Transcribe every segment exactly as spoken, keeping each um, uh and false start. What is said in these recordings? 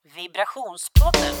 Vibrationspodden.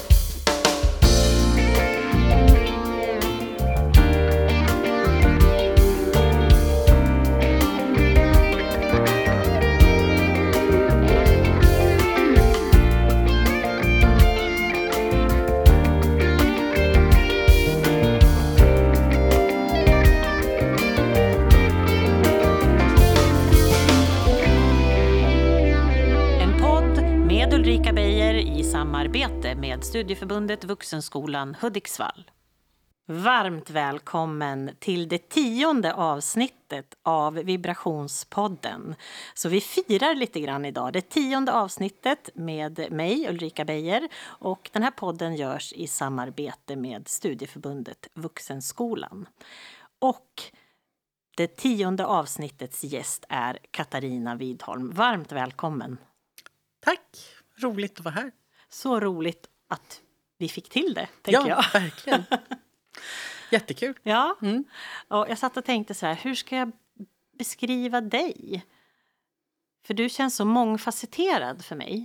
Ulrika Beijer i samarbete med Studieförbundet Vuxenskolan Hudiksvall. Varmt välkommen till det tionde avsnittet av Vibrationspodden. Så vi firar lite grann idag, det tionde avsnittet med mig Ulrika Beijer, och den här podden görs i samarbete med Studieförbundet Vuxenskolan. Och det tionde avsnittets gäst är Katarina Widholm. Varmt välkommen. Tack, roligt att vara här. Så roligt att vi fick till det, tänker ja, jag. Ja, verkligen. Jättekul. Ja, mm. Och jag satt och tänkte så här, hur ska jag beskriva dig? För du känns så mångfacetterad för mig.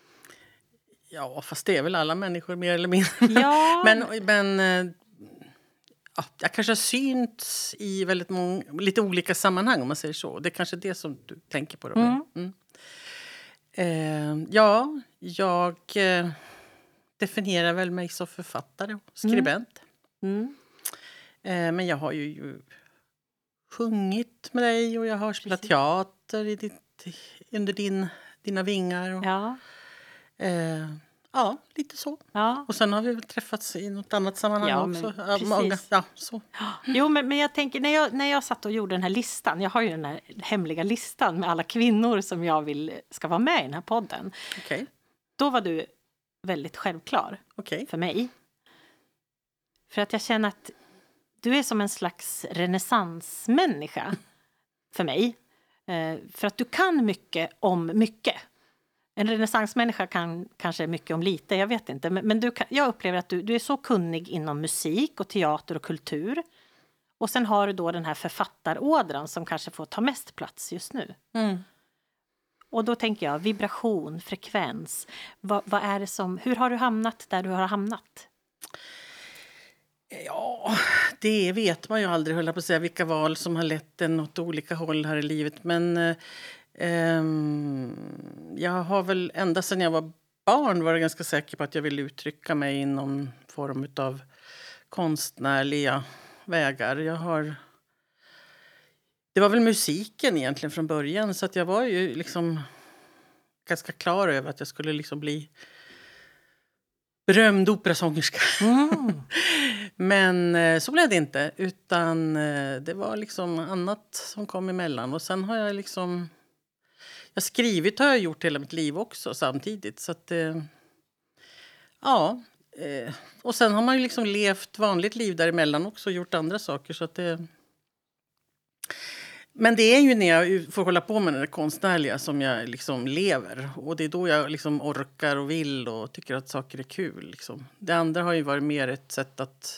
Ja, fast det är väl alla människor mer eller mindre. Ja. men men ja, jag kanske har synts i väldigt många, lite olika sammanhang om man säger så. Det är kanske det som du tänker på då. Mm. Mm. Eh, ja, jag eh, definierar väl mig som författare och skribent. Mm. Mm. Eh, men jag har ju, ju sjungit med dig och jag har spelat Precis. teater i ditt, under din, dina vingar. Och, ja. Eh, ja, lite så. Ja. Och sen har vi träffats i något annat sammanhang ja, också. Men, många, ja, så. Jo, men, men jag tänker, när jag, när jag satt och gjorde den här listan, jag har ju den här hemliga listan med alla kvinnor som jag vill ska vara med i den här podden. Okay. Då var du väldigt självklar okay. för mig. För att jag känner att du är som en slags renässansmänniska för mig. Eh, för att du kan mycket om mycket. En renässansmänniska kan kanske mycket om lite, jag vet inte. Men, men du kan, jag upplever att du, du är så kunnig inom musik och teater och kultur. Och sen har du då den här författarådran som kanske får ta mest plats just nu. Mm. Och då tänker jag, vibration, frekvens. Vad, vad är det som, hur har du hamnat där du har hamnat? Ja, det vet man ju aldrig, hålla på att säga, vilka val som har lett en åt olika håll här i livet. Men eh, jag har väl ända sedan jag var barn varit ganska säker på att jag vill uttrycka mig i någon form av konstnärliga vägar. Jag har... Det var väl musiken egentligen från början, så att jag var ju liksom ganska klar över att jag skulle liksom bli berömd operasångerska. Mm. Men så blev det inte, utan det var liksom annat som kom emellan. Och sen har jag liksom... Jag skrivit har jag gjort hela mitt liv också samtidigt. Så att... Ja. Och sen har man ju liksom levt vanligt liv däremellan också och gjort andra saker. Så att det... Men det är ju när jag får hålla på med det konstnärliga som jag liksom lever. Och det är då jag liksom orkar och vill och tycker att saker är kul. Liksom. Det andra har ju varit mer ett sätt att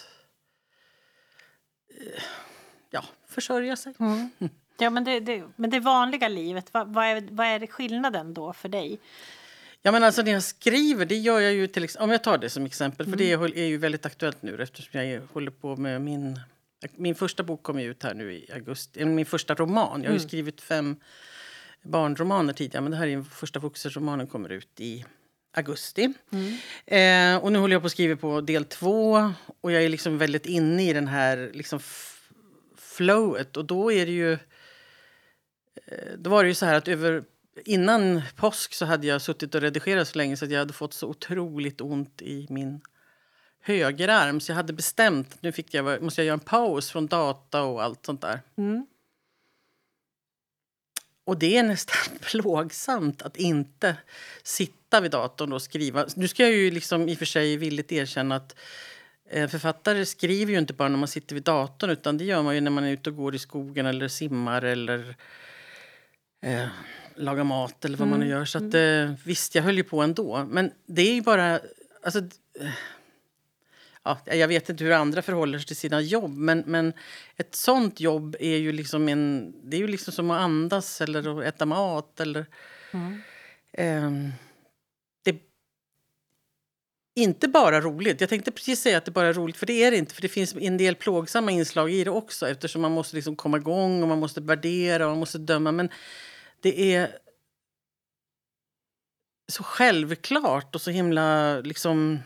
ja, försörja sig. Mm. Ja, men det, det, men det vanliga livet, vad, vad, är, vad är det skillnaden då för dig? Ja, men alltså när jag skriver, det gör jag ju till exempel, om jag tar det som exempel, för mm. det är ju väldigt aktuellt nu eftersom jag håller på med min... Min första bok kom ut här nu i augusti. Min första roman. Jag har ju mm. skrivit fem barnromaner tidigare. Men det här är den första vuxenromanen, kommer ut i augusti. Mm. Eh, och nu håller jag på att skriva på del två. Och jag är liksom väldigt inne i den här liksom f- flowet. Och då är det ju... Eh, då var det ju så här att över... Innan påsk så hade jag suttit och redigerat så länge så att jag hade fått så otroligt ont i min... högerarm, så jag hade bestämt nu fick jag, måste jag göra en paus från data och allt sånt där. Mm. Och det är nästan plågsamt att inte sitta vid datorn och skriva. Nu ska jag ju liksom i och för sig villigt erkänna att eh, författare skriver ju inte bara när man sitter vid datorn, utan det gör man ju när man är ute och går i skogen eller simmar eller eh, lagar mat eller vad mm. man nu gör. Så att, eh, visst, jag höll ju på ändå. Men det är ju bara... Alltså, eh, Ja, jag vet inte hur andra förhåller sig till sina jobb, men, men ett sånt jobb är ju liksom en, det är ju liksom som att andas eller att äta mat eller mm. eh, det, inte bara roligt. Jag tänkte precis säga att det bara är roligt, för det är det inte. För det finns en del plågsamma inslag i det också, eftersom man måste liksom komma igång och man måste värdera och man måste döma. Men det är så självklart och så himla liksom...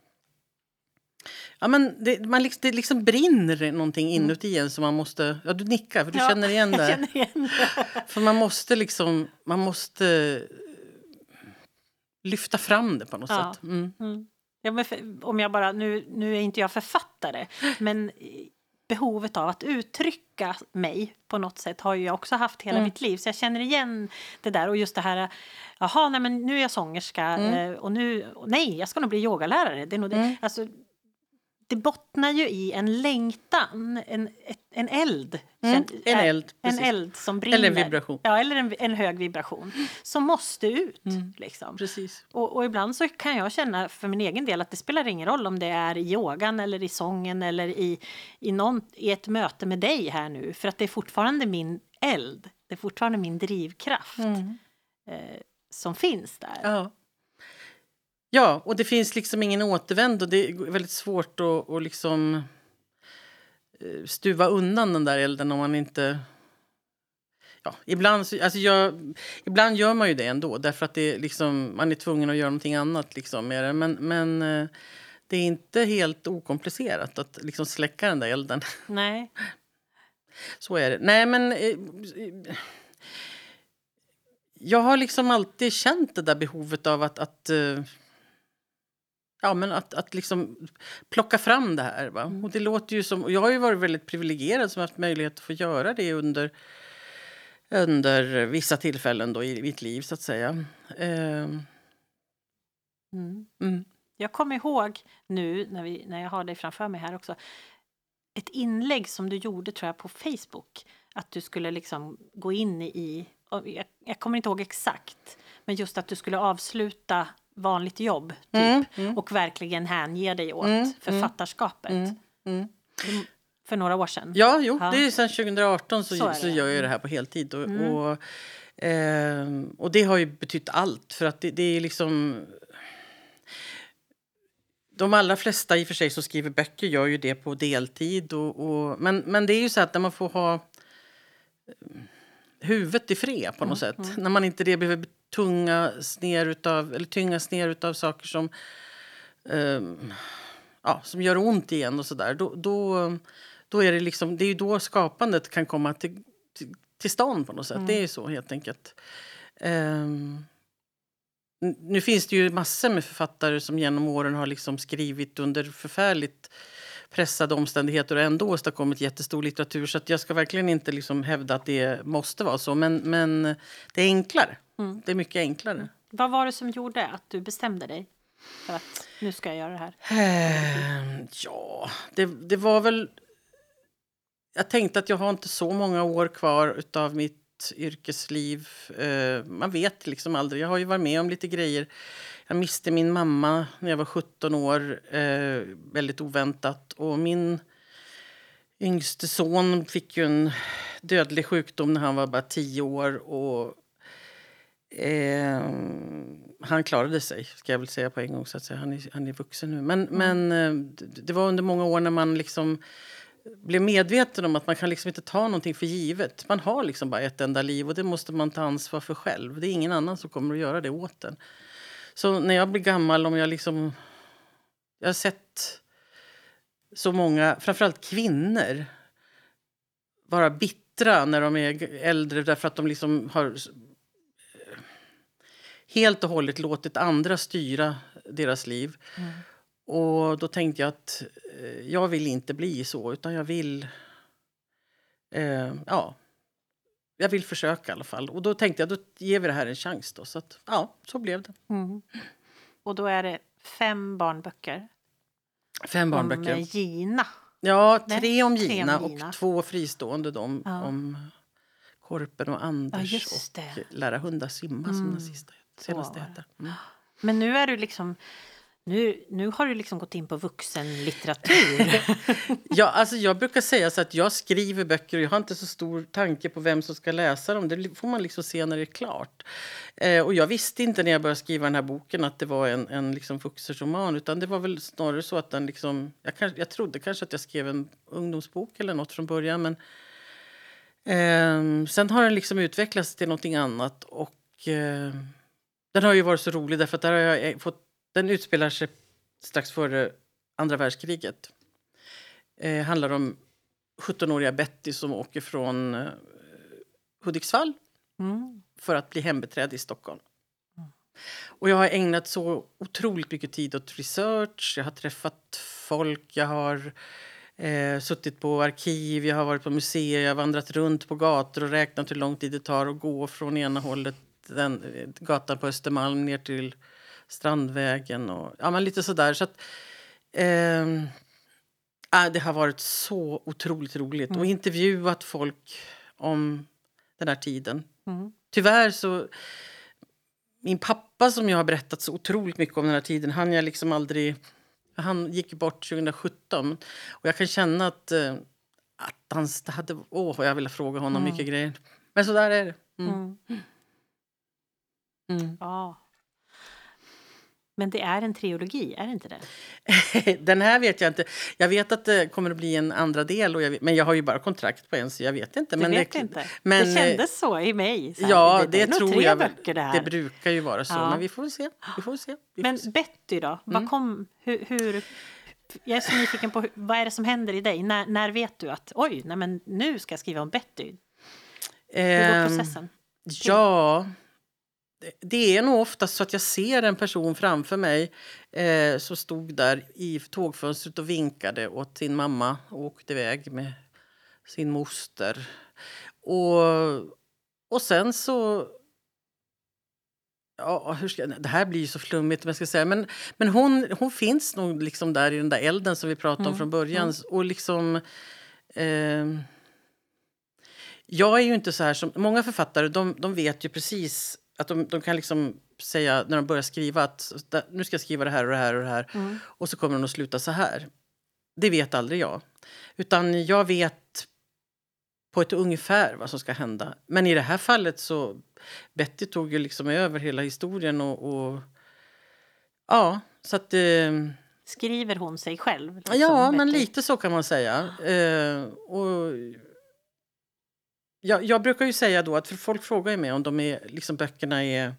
Ja, men det, man liksom, det liksom brinner någonting inuti en som man måste... Ja, du nickar för du Ja, känner igen det. jag känner igen det. För man måste liksom... Man måste lyfta fram det på något Ja. sätt. Mm. Mm. Ja, men för, om jag bara, nu, nu är inte jag författare, men behovet av att uttrycka mig på något sätt har ju jag också haft hela Mm. mitt liv. Så jag känner igen det där. Och just det här, jaha, nej, men nu är jag sångerska Mm. eh, och nu, och nej, jag ska nog bli yogalärare. Det är nog det. Mm. Alltså, det bottnar ju i en längtan, en, ett, en eld. Mm. Känn- En äh, eld, En precis. eld som brinner. Eller en vibration. Ja, eller en, en hög vibration som måste ut. Mm. Liksom. Precis. Och, och ibland så kan jag känna för min egen del att det spelar ingen roll om det är i yogan eller i sången eller i, i, någon, i ett möte med dig här nu. För att det är fortfarande min eld. Det är fortfarande min drivkraft Mm. eh, som finns där. Ja. Ja, och det finns liksom ingen återvändo. Det är väldigt svårt att, att liksom eh, stuva undan den där elden om man inte... Ja, ibland, så- alltså jag, ibland gör man ju det ändå, därför att det är liksom, man är tvungen att göra någonting annat liksom med det. Men, men eh, det är inte helt okomplicerat att liksom släcka den där elden. Nej. Så är det. Nej, men... Eh, eh, jag har liksom alltid känt det där behovet av att... att eh, ja, men att, att liksom plocka fram det här. Va? Och det låter ju som... och jag har ju varit väldigt privilegierad som har haft möjlighet att få göra det under, under vissa tillfällen då i mitt liv, så att säga. Ehm, Mm. mm. Jag kommer ihåg nu när, vi, när jag har dig framför mig här också. Ett inlägg som du gjorde tror jag på Facebook. Att du skulle liksom gå in i... och Jag, jag kommer inte ihåg exakt. Men just att du skulle avsluta vanligt jobb. Typ, Mm, mm. och verkligen hänge dig åt Mm, författarskapet. Mm. Mm. Det- För några år sedan. Ja, jo, Ja. det är sedan tjugo arton så, Så är så, det. gör jag det här på heltid. Och, Mm. och, ehm, och det har ju betytt allt. För att det, det är liksom... De allra flesta i och för sig som skriver böcker gör ju det på deltid. Och, och, men, men det är ju så att när man får ha huvudet i fred på något Mm, sätt. När man inte det behöver tungas ner utav, eller tyngas ner utav saker som, ehm, ja, som gör ont igen och sådär. Då, då, då är det liksom, det är ju då skapandet kan komma till, till, till stånd på något sätt. Mm. Det är ju så helt enkelt. Ehm, n- nu finns det ju massor med författare som genom åren har liksom skrivit under förfärligt pressade omständigheter och ändå åstadkommit jättestor litteratur. Så att jag ska verkligen inte liksom hävda att det måste vara så. Men, men det är enklare. Mm. Det är mycket enklare. Vad var det som gjorde att du bestämde dig för att nu ska jag göra det här? Ehm, ja, det, det var väl... Jag tänkte att jag har inte så många år kvar utav mitt yrkesliv. Eh, man vet liksom aldrig. Jag har ju varit med om lite grejer. Jag miste min mamma när jag var sjutton år. Eh, väldigt oväntat. Och min yngste son fick ju en dödlig sjukdom när han var bara tio år. Och eh, han klarade sig, ska jag väl säga på en gång. Så att säga. Han, är, han är vuxen nu. Men, men eh, det, det var under många år när man liksom... blev medveten om att man kan liksom inte ta någonting för givet. Man har liksom bara ett enda liv och det måste man ta ansvar för själv. Det är ingen annan som kommer att göra det åt en. Så när jag blir gammal, om jag liksom... Jag har sett så många, framförallt kvinnor, vara bittra när de är äldre därför att de liksom har helt och hållet låtit andra styra deras liv. Mm. Och då tänkte jag att eh, jag vill inte bli så, utan jag vill... Eh, ja, jag vill försöka i alla fall. Och då tänkte jag, då ger vi det här en chans då. Så att, ja, så blev det. Mm. Och då är det fem barnböcker. Fem barnböcker. Om Gina. Ja, Nej, tre om tre om Gina Gina. och två fristående då, om, Ja. om Korpen och Anders Ja, just och det. Lära hundar simma, som Mm. den sista, senaste Så var det. heter. Mm. Men nu är du liksom... Nu, nu har du liksom gått in på vuxenlitteratur. Ja, alltså jag brukar säga så att jag skriver böcker och jag har inte så stor tanke på vem som ska läsa dem. Det får man liksom se när det är klart. Eh, och jag visste inte när jag började skriva den här boken att det var en, en liksom vuxenroman. Utan det var väl snarare så att den liksom... Jag, kan, jag trodde kanske att jag skrev en ungdomsbok eller något från början. Men eh, sen har den liksom utvecklats till någonting annat. Och eh, den har ju varit så rolig därför att där har jag fått... Den utspelar sig strax före andra världskriget. Eh, handlar om sjuttonåriga Betty som åker från eh, Hudiksvall mm. för att bli hembeträd i Stockholm. Mm. Och jag har ägnat så otroligt mycket tid åt research. Jag har träffat folk, jag har eh, suttit på arkiv, jag har varit på museer, jag har vandrat runt på gator och räknat hur lång tid det tar att gå från ena hållet, den gatan på Östermalm ner till Strandvägen och ja, men lite sådär. Så att, eh, äh, det har varit så otroligt roligt. Mm. Och intervjuat folk om den här tiden. Mm. Tyvärr så... Min pappa som jag har berättat så otroligt mycket om den här tiden. Han jag liksom aldrig... Han gick bort tjugosjutton. Och jag kan känna att... Eh, att han hade... Åh, jag ville fråga honom mm. mycket grejer. Men så där är det. Mm. Mm. Mm. Ja. Men det är en trilogi, är det inte det? Den här vet jag inte. Jag vet att det kommer att bli en andra del. Och jag vet, men jag har ju bara kontrakt på en så jag vet inte. Du men vet det, inte. Men, det kändes så i mig. Så ja, det, det, det tror jag. Böcker, det, det brukar ju vara så. Ja. Men vi får se. Vi får se. Vi men får se. Betty då? Mm. Vad kom, hur, hur, jag är så nyfiken på hur, vad är det som händer i dig? När, när vet du att oj, nej, men nu ska jag skriva om Betty? Hur går processen? Um, ja... Det är nog oftast så att jag ser en person framför mig eh, som stod där i tågfönstret och vinkade åt sin mamma och åkte iväg med sin moster. Och, och sen så... Ja, hur ska jag, det här blir ju så flummigt om jag ska säga. Men, men hon, hon finns nog liksom där i den där elden som vi pratade om mm. från början. Mm. Och liksom... Eh, jag är ju inte så här som... Många författare, de, de vet ju precis... Att de, de kan liksom säga när de börjar skriva att nu ska jag skriva det här och det här och det här. Mm. Och så kommer de att sluta så här. Det vet aldrig jag. Utan jag vet på ett ungefär vad som ska hända. Men i det här fallet så Betty tog ju liksom över hela historien och, och ja, så att... Eh, Skriver hon sig själv? Liksom, ja, Betty? men lite så kan man säga. Eh, och... Jag, jag brukar ju säga då att för folk frågar ju mig om de är, liksom böckerna är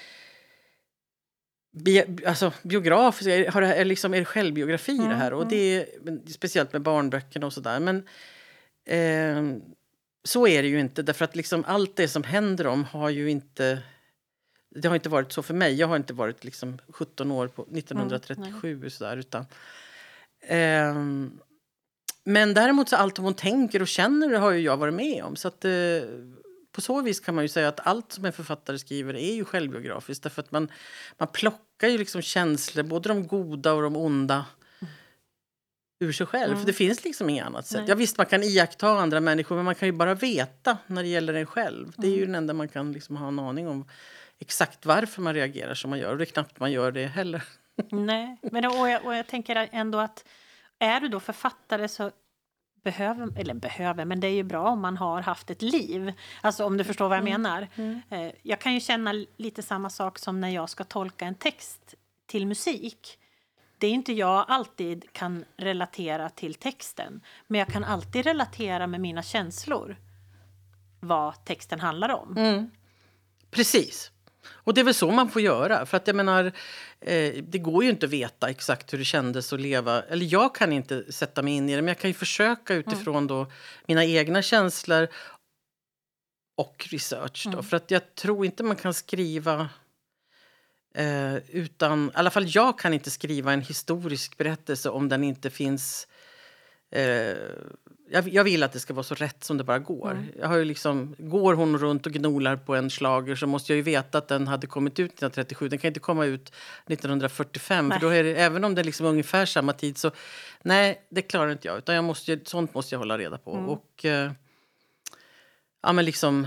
bi, alltså biografiska, är, har det, är, liksom, är det självbiografi mm, det här? Och det är speciellt med barnböckerna och sådär. Men eh, så är det ju inte, därför att liksom allt det som händer om har ju inte, det har inte varit så för mig. Jag har inte varit liksom sjutton år på nittonhundratrettiosju mm, och sådär, utan... Eh, Men däremot så allt hon tänker och känner har ju jag varit med om. Så att eh, på så vis kan man ju säga att allt som en författare skriver är ju självbiografiskt. Därför att man, man plockar ju liksom känslor, både de goda och de onda, mm. ur sig själv. Mm. För det finns liksom inget annat sätt. Jag visst, man kan iaktta andra människor, men man kan ju bara veta när det gäller en själv. Mm. Det är ju den enda man kan liksom ha en aning om exakt varför man reagerar som man gör. Och det är knappt man gör det heller. Nej, men då, och, jag, och jag tänker ändå att är du då författare så behöver, eller behöver, men det är ju bra om man har haft ett liv. Alltså om du förstår vad jag mm. menar. Mm. Jag kan ju känna lite samma sak som när jag ska tolka en text till musik. Det är inte jag alltid kan relatera till texten. Men jag kan alltid relatera med mina känslor vad texten handlar om. Mm. Precis. Och det är väl så man får göra. För att jag menar, eh, det går ju inte att veta exakt hur det kändes att leva. Eller jag kan inte sätta mig in i det. Men jag kan ju försöka utifrån mm. då mina egna känslor och research. Då. Mm. För att jag tror inte man kan skriva eh, utan... I alla fall jag kan inte skriva en historisk berättelse om den inte finns... Eh, jag, jag vill att det ska vara så rätt som det bara går. Mm. Jag har ju liksom, går hon runt och gnolar på en slager så måste jag ju veta att den hade kommit ut nittonhundratrettiosju. Den kan inte komma ut nittonhundrafyrtiofem. För då är det, även om det är liksom ungefär samma tid så nej, det klarar inte jag. Utan jag måste, sånt måste jag hålla reda på. Mm. Och eh, ja, men liksom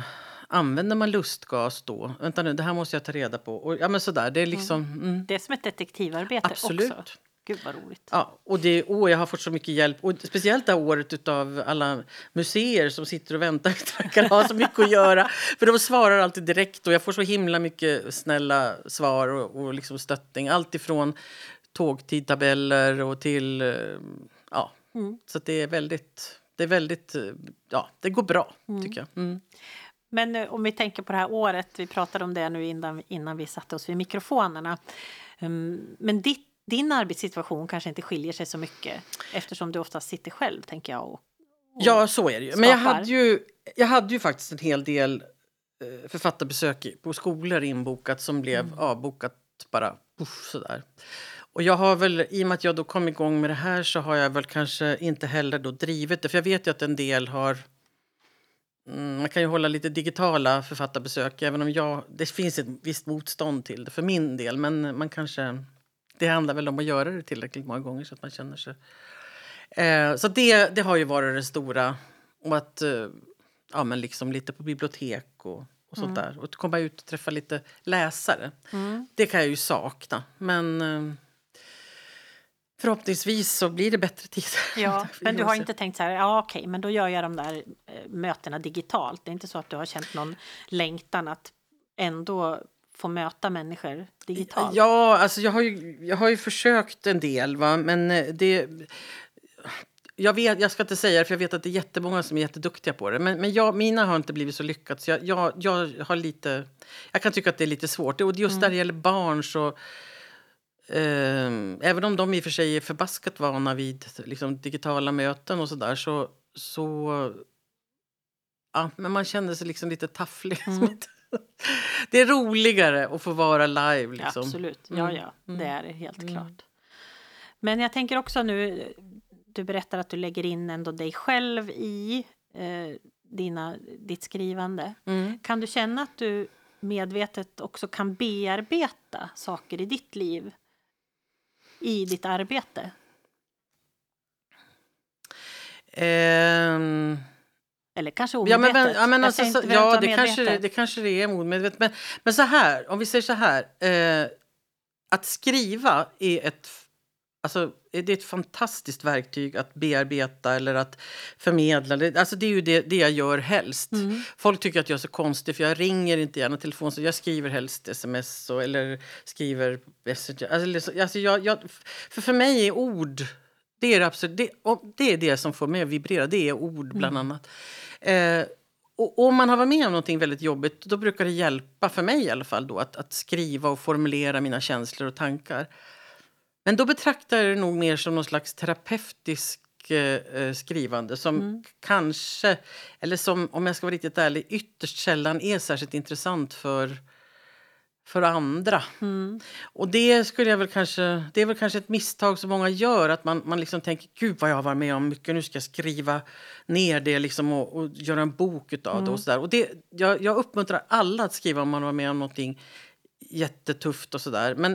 använder man lustgas då? Vänta nu, det här måste jag ta reda på. Och, ja, men sådär, det är liksom... Mm. Det är som ett detektivarbete Absolut. också. Gud vad roligt. Ja, och det, åh, jag har fått så mycket hjälp. Och speciellt det här året av alla museer som sitter och väntar. Verkar ha så mycket att göra. För de svarar alltid direkt. Och jag får så himla mycket snälla svar och, och liksom stöttning. Allt ifrån tågtidtabeller och till... Ja, mm. Så det är väldigt... Det är väldigt... Ja, det går bra, mm. tycker jag. Mm. Men om vi tänker på det här året. Vi pratade om det nu innan, innan vi satte oss vid mikrofonerna. Um, men ditt Din arbetssituation kanske inte skiljer sig så mycket eftersom du ofta sitter själv, tänker jag. Och, och ja, så är det ju. Men jag hade ju, jag hade ju faktiskt en hel del eh, författarbesök på skolor inbokat som blev mm. avbokat bara puff, sådär. Och jag har väl, i och med att jag då kom igång med det här så har jag väl kanske inte heller då drivit det. För jag vet ju att en del har... Mm, man kan ju hålla lite digitala författarbesök även om jag... Det finns ett visst motstånd till det för min del, men man kanske... Det handlar väl om att göra det tillräckligt många gånger så att man känner sig... Eh, så det, det har ju varit det stora. Och att, eh, ja men liksom lite på bibliotek och, och sånt mm. där. Och att komma ut och träffa lite läsare. Mm. Det kan jag ju sakna. Men eh, förhoppningsvis så blir det bättre tid. Ja, men du har inte tänkt så här, ja okej, men då gör jag de där eh, mötena digitalt. Det är inte så att du har känt någon längtan att ändå... få möta människor digitalt? Ja, alltså jag har ju, jag har ju försökt en del, va? Men det... Jag, vet, jag ska inte säga det, för jag vet att det är jättemånga som är jätteduktiga på det. Men, men jag, mina har inte blivit så lyckat. Så jag, jag, jag har lite... Jag kan tycka att det är lite svårt. Och just mm. där det gäller barn så... Eh, även om de i och för sig är förbaskat vana vid liksom, digitala möten och sådär så... så ja, men man känner sig liksom lite tafflig. Mm. Det är roligare att få vara live. Liksom. Ja, absolut, ja, ja. Det är det helt mm. klart. Men jag tänker också nu, du berättar att du lägger in ändå dig själv i eh, dina, ditt skrivande. Mm. Kan du känna att du medvetet också kan bearbeta saker i ditt liv i ditt arbete? Ehm... Eller kanske omedvetet. Ja, men, ja, men alltså, så, ja det, kanske, det, det kanske det är omedvetet. Men, men så här, om vi säger så här. Eh, att skriva är ett, alltså, det är ett fantastiskt verktyg att bearbeta eller att förmedla. Alltså, det är ju det, det jag gör helst. Mm. Folk tycker att jag är så konstig för jag ringer inte gärna telefon. Så jag skriver helst sms och, eller skriver messenger. Alltså, alltså, jag, jag, för, för mig är ord... Det är, absolut, det, det är det som får mig att vibrera. Det är ord bland mm. annat. Eh, och om man har varit med om någonting väldigt jobbigt, då brukar det hjälpa, för mig i alla fall, då, att, att skriva och formulera mina känslor och tankar. Men då betraktar jag det nog mer som någon slags terapeutisk eh, skrivande som mm. kanske, eller som, om jag ska vara riktigt ärlig, ytterst sällan är särskilt intressant för... för andra. Mm. Och det skulle jag väl kanske, det är väl kanske ett misstag som många gör, att man, man liksom tänker, gud vad jag har varit med om mycket, nu ska jag skriva ner det liksom och, och göra en bok utav mm. det och sådär. Och det, jag, jag uppmuntrar alla att skriva om man har med om någonting jättetufft och sådär. Men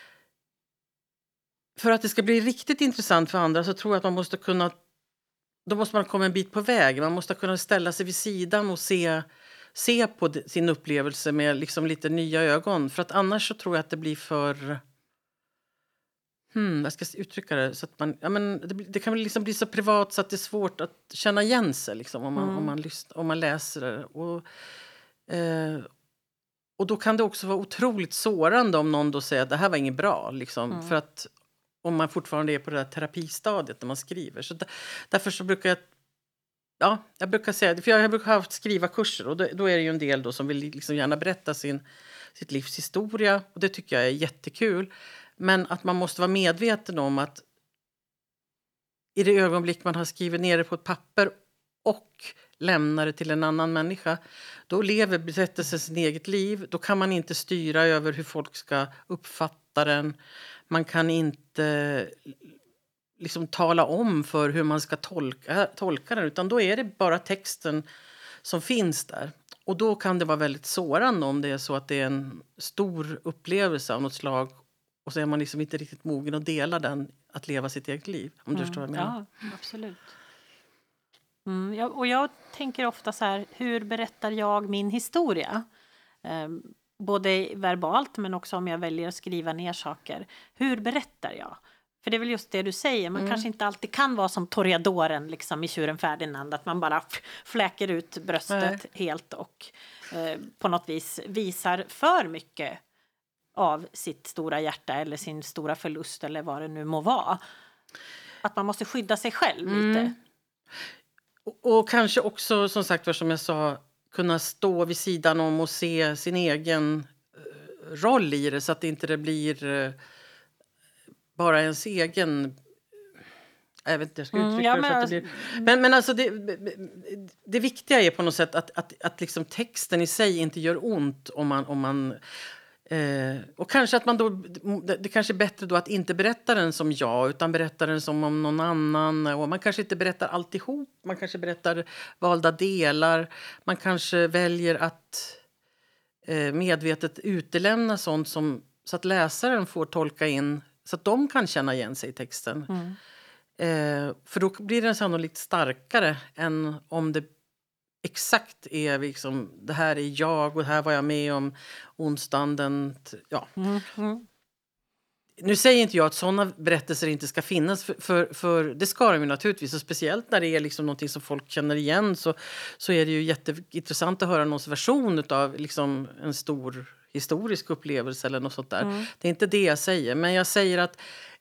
för att det ska bli riktigt intressant för andra så tror jag att man måste kunna, då måste man komma en bit på väg. Man måste kunna ställa sig vid sidan och se se på sin upplevelse med liksom lite nya ögon. För att annars så tror jag att det blir för... Hmm, jag ska uttrycka det. Så att man, ja, men det, det kan väl liksom bli så privat så att det är svårt att känna igen sig. Liksom, om, man, mm. om, man lyssnar, om man läser det. Och, eh, och då kan det också vara otroligt sårande om någon då säger att det här var inget bra. Liksom, mm. För att om man fortfarande är på det där terapistadiet när man skriver. Så där, därför så brukar jag... Ja, jag brukar säga det, för jag brukar ha haft skriva kurser och då, då är det ju en del då som vill liksom gärna berätta sin, sitt livs historia och det tycker jag är jättekul. Men att man måste vara medveten om att i det ögonblick man har skrivit ner det på ett papper och lämnar det till en annan människa, då lever berättelsen sin eget liv. Då kan man inte styra över hur folk ska uppfatta den. Man kan inte... liksom tala om för hur man ska tolka, tolka den, utan då är det bara texten som finns där. Och då kan det vara väldigt sårande om det är så att det är en stor upplevelse av något slag och så är man liksom inte riktigt mogen att dela den, att leva sitt eget liv, om mm. du förstår vad jag menar. Ja, absolut. Mm, ja, och jag tänker ofta så här, hur berättar jag min historia? Eh, både verbalt men också om jag väljer att skriva ner saker. Hur berättar jag? För det är väl just det du säger, man Mm. kanske inte alltid kan vara som Toreadoren liksom i Tjuren Ferdinand, att man bara f- fläker ut bröstet helt och eh, på något vis visar för mycket av sitt stora hjärta eller sin stora förlust eller vad det nu må vara. Att man måste skydda sig själv lite. Mm. Och, och kanske också, som sagt, som jag sa, kunna stå vid sidan om och se sin egen eh, roll i det, så att det inte det blir eh, bara ens egen... Jag vet inte, jag ska Mm, uttrycka ja, det så men att det alltså- blir... Men, men alltså det, det viktiga är på något sätt att, att, att liksom texten i sig inte gör ont om man... Om man eh, och kanske att man då... Det, det kanske är bättre då att inte berätta den som jag, utan berätta den som om någon annan. Och man kanske inte berättar alltihop, man kanske berättar valda delar. Man kanske väljer att eh, medvetet utelämna sånt som, så att läsaren får tolka in, så att de kan känna igen sig i texten. Mm. Eh, för då blir den sannolikt starkare än om det exakt är liksom, det här är jag och det här var jag med om onsdagen den... t- Ja. Mm, mm. Nu säger inte jag att sådana berättelser inte ska finnas, för, för, för det ska de ju naturligtvis. Och speciellt när det är liksom någonting som folk känner igen, så, så är det ju jätteintressant att höra någons version av liksom en stor historisk upplevelse eller något sånt där. Mm. Det är inte det jag säger, men jag säger att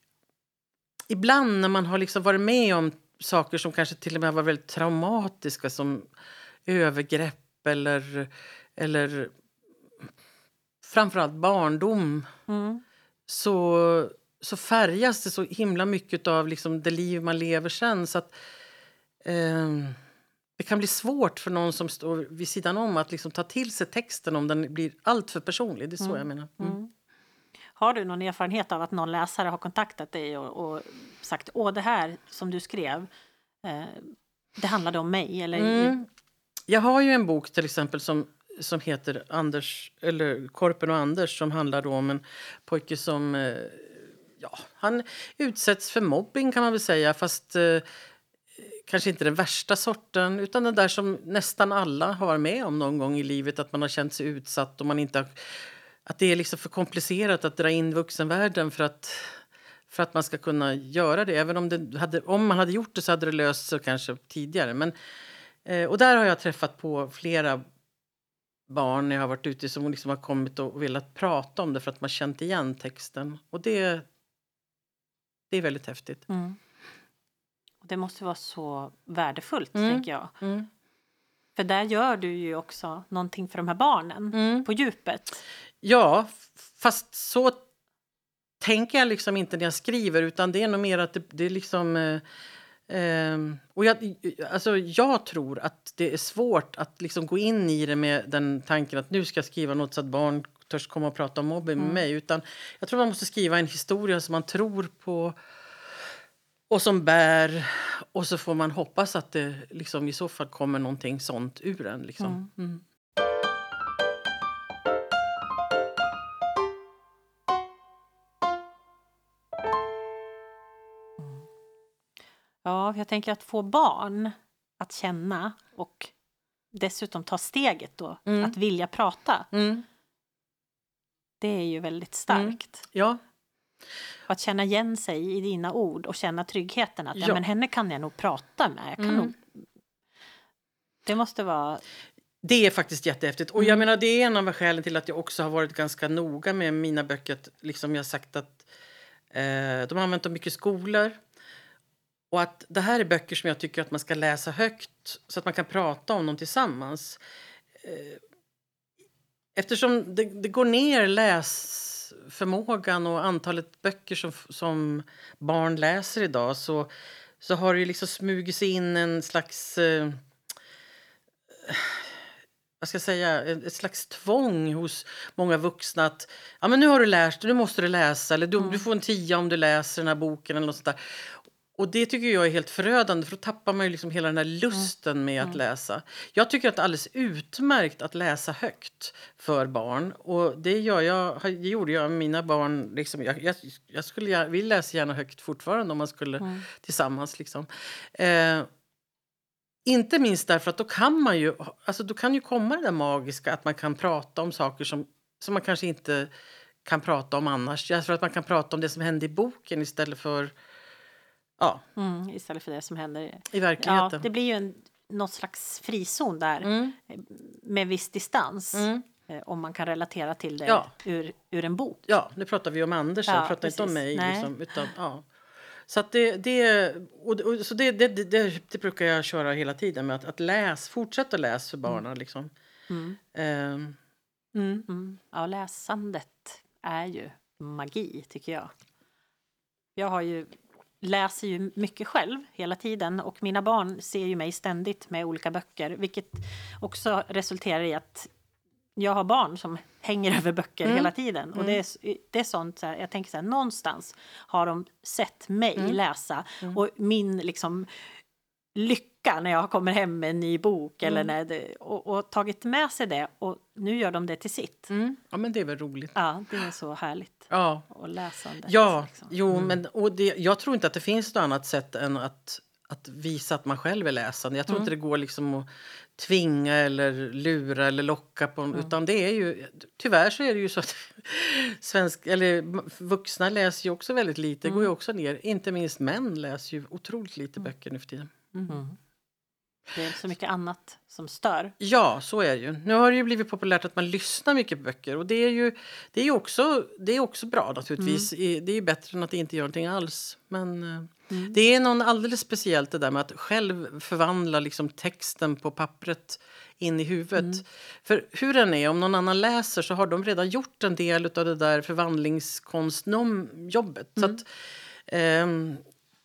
ibland när man har liksom varit med om saker som kanske till och med var väldigt traumatiska, som övergrepp eller, eller framförallt barndom, Mm. så, så färgas det så himla mycket av liksom det liv man lever sen. Så att eh, det kan bli svårt för någon som står vid sidan om att liksom ta till sig texten om den blir allt för personlig. Det är så Mm. jag menar. Mm. Mm. Har du någon erfarenhet av att någon läsare har kontaktat dig och, och sagt, åh det här som du skrev, eh, det handlade om mig? Eller... Mm. Jag har ju en bok till exempel som, som heter Anders, eller Korpen och Anders, som handlar då om en pojke som eh, ja, han utsätts för mobbing, kan man väl säga, fast eh, kanske inte den värsta sorten, utan den där som nästan alla har varit med om någon gång i livet, att man har känt sig utsatt och man inte har, att det är liksom för komplicerat att dra in vuxenvärlden för att för att man ska kunna göra det. Även om, det hade, om man hade gjort det så hade det löst sig kanske tidigare. Men, eh, och där har jag träffat på flera barn när jag har varit ute som liksom har kommit och velat prata om det för att man känt igen texten. Och det, det är väldigt häftigt. Mm. Och det måste vara så värdefullt, Mm. tänker jag. Mm. För där gör du ju också någonting för de här barnen Mm. på djupet. Ja, fast så tänker jag liksom inte när jag skriver, utan det är nog mer att det, det är liksom... Eh, eh, och jag, alltså jag tror att det är svårt att liksom gå in i det med den tanken att nu ska jag skriva något så att barn törs komma och prata om mobbing med Mm. mig. Utan jag tror man måste skriva en historia som man tror på och som bär. Och så får man hoppas att det liksom i så fall kommer någonting sånt ur den. Liksom. Mm. Mm. Ja, jag tänker att få barn att känna och dessutom ta steget då, Mm. att vilja prata. Mm. Det är ju väldigt starkt. Ja. Och att känna igen sig i dina ord och känna tryggheten att ja. Ja. men henne kan jag nog prata med. Jag kan Mm. nog... Det måste vara... Det är faktiskt jättehäftigt. Och jag Mm. menar, det är en av skälen till att jag också har varit ganska noga med mina böcker. Att liksom jag har sagt att eh, de har använt dem mycket i skolor. Och att det här är böcker som jag tycker att man ska läsa högt så att man kan prata om dem tillsammans. Eh, eftersom det, det går ner läsförmågan och antalet böcker som, som barn läser idag, så, så har det ju liksom smugit sig in en slags... Eh, vad ska jag säga, ett slags tvång hos många vuxna att ja, men nu har du läst, nu måste du läsa, eller du, Mm. du får en tia om du läser den här boken eller något sånt där. Och det tycker jag är helt förödande, för då tappar man ju liksom hela den här lusten med att Mm. läsa. Jag tycker att det är alldeles utmärkt att läsa högt för barn, och det gör jag, det gjorde jag med mina barn. Liksom, jag, jag, jag skulle gärna, vill läsa gärna högt fortfarande om man skulle Mm. tillsammans. Liksom. Eh, Inte minst därför att då kan man ju, alltså då kan ju komma det där magiska att man kan prata om saker som, som man kanske inte kan prata om annars. Jag tror att man kan prata om det som hände i boken istället för, ja, Mm, istället för det som händer i verkligheten. Ja, det blir ju en, något slags frizon där Mm. med viss distans. Mm. eh, Om man kan relatera till det Ja. ur, ur en bok. Ja, nu pratar vi om Anders, Ja, jag pratar inte om precis. mig. Nej. Liksom, utan, ja. Så att det, det, och, och, så det, det, det, det brukar jag köra hela tiden med att, att läs, fortsätta läsa för barnen. Liksom. Mm. Ehm, Mm. Mm. Ja, läsandet är ju magi, tycker jag. Jag har ju, läser ju mycket själv hela tiden och mina barn ser ju mig ständigt med olika böcker, vilket också resulterar i att jag har barn som hänger över böcker Mm. hela tiden. Och det är, det är sånt, så här, jag tänker så här, någonstans har de sett mig Mm. läsa. Och min liksom lycka när jag kommer hem med en ny bok eller när det, och, och tagit med sig det. Och nu gör de det till sitt. mm. Ja, men det är väl roligt. Ja, det är så härligt. Ja, Och läsandet. ja liksom. jo, men och det, jag tror inte att det finns något annat sätt än att, att visa att man själv är läsande. Jag tror inte det går liksom att tvinga eller lura eller locka på mm. utan det är ju, tyvärr så är det ju så att svensk, eller vuxna läser ju också väldigt lite, det går ju också ner, inte minst män läser ju otroligt lite böcker nu för tiden. Mm. Det är så mycket annat som stör. Ja, så är det ju. Nu har det ju blivit populärt att man lyssnar mycket på böcker. Och det är ju, det är ju också, det är också bra naturligtvis. Mm. Det är ju bättre än att inte göra någonting alls. Men mm. det är någon alldeles speciellt det där med att själv förvandla liksom texten på pappret in i huvudet. Mm. För hur den är, om någon annan läser så har de redan gjort en del av det där förvandlingskonstjobbet. Mm. Så att... Ehm,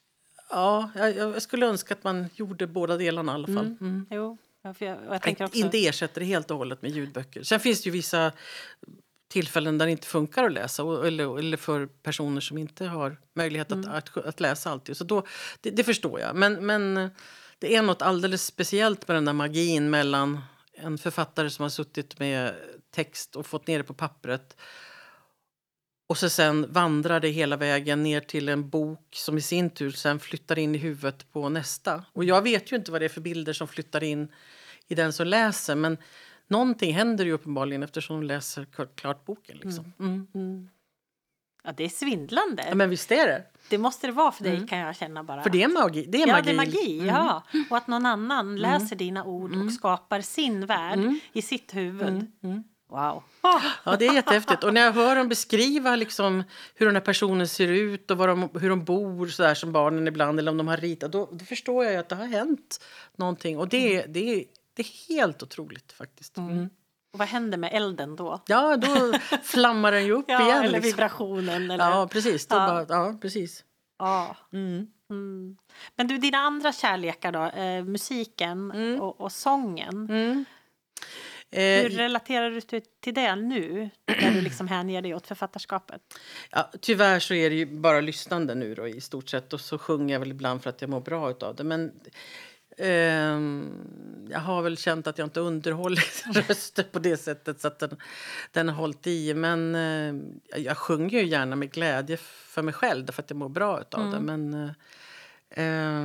Ja, jag, jag skulle önska att man gjorde båda delarna i alla fall. Mm. Mm. Jo, ja, för jag, och jag tänker också... Inte ersätter det helt och hållet med ljudböcker. Sen finns det ju vissa tillfällen där det inte funkar att läsa. Eller, eller för personer som inte har möjlighet mm. att, att, att läsa alltid. Så då, det, det förstår jag. Men, men det är något alldeles speciellt med den där magin mellan en författare som har suttit med text och fått ner det på pappret. Och så sen vandrar det hela vägen ner till en bok som i sin tur sen flyttar in i huvudet på nästa. Och jag vet ju inte vad det är för bilder som flyttar in i den som läser. Men någonting händer ju uppenbarligen eftersom de läser klart boken. Liksom. Mm. Mm. Ja, det är svindlande. Ja, men visst är det. Det måste det vara för dig, mm. kan jag känna bara. För det är magi. Det är ja, magi. det är magi. Mm. Ja. Och att någon annan mm. läser dina ord mm. och skapar sin värld mm. i sitt huvud. Mm. Mm. Wow. Oh. Ja, det är jättehäftigt. Och när jag hör dem beskriva liksom hur den här personen ser ut och vad de, hur de bor så där som barnen ibland eller om de har ritat, då, då förstår jag ju att det har hänt någonting. Och det, det, är, det är helt otroligt faktiskt. Mm. Mm. Och vad händer med elden då? Ja, då flammar den ju upp ja, igen. Eller liksom. vibrationen. Eller... Ja, precis. Då ja. Bara, ja, precis. Ja. Mm. Mm. Men du, dina andra kärlekar då? Eh, musiken mm. och, och sången. Mm. Hur relaterar du till det nu när du liksom hänger dig åt författarskapet? Ja, tyvärr så är det ju bara lyssnande nu då, i stort sett. Och så sjunger jag väl ibland för att jag mår bra utav det. Men eh, jag har väl känt att jag inte underhållit röster på det sättet så att den, den har hållit i. Men eh, jag sjunger ju gärna med glädje för mig själv därför att jag mår bra utav mm. det. Men... Eh, eh,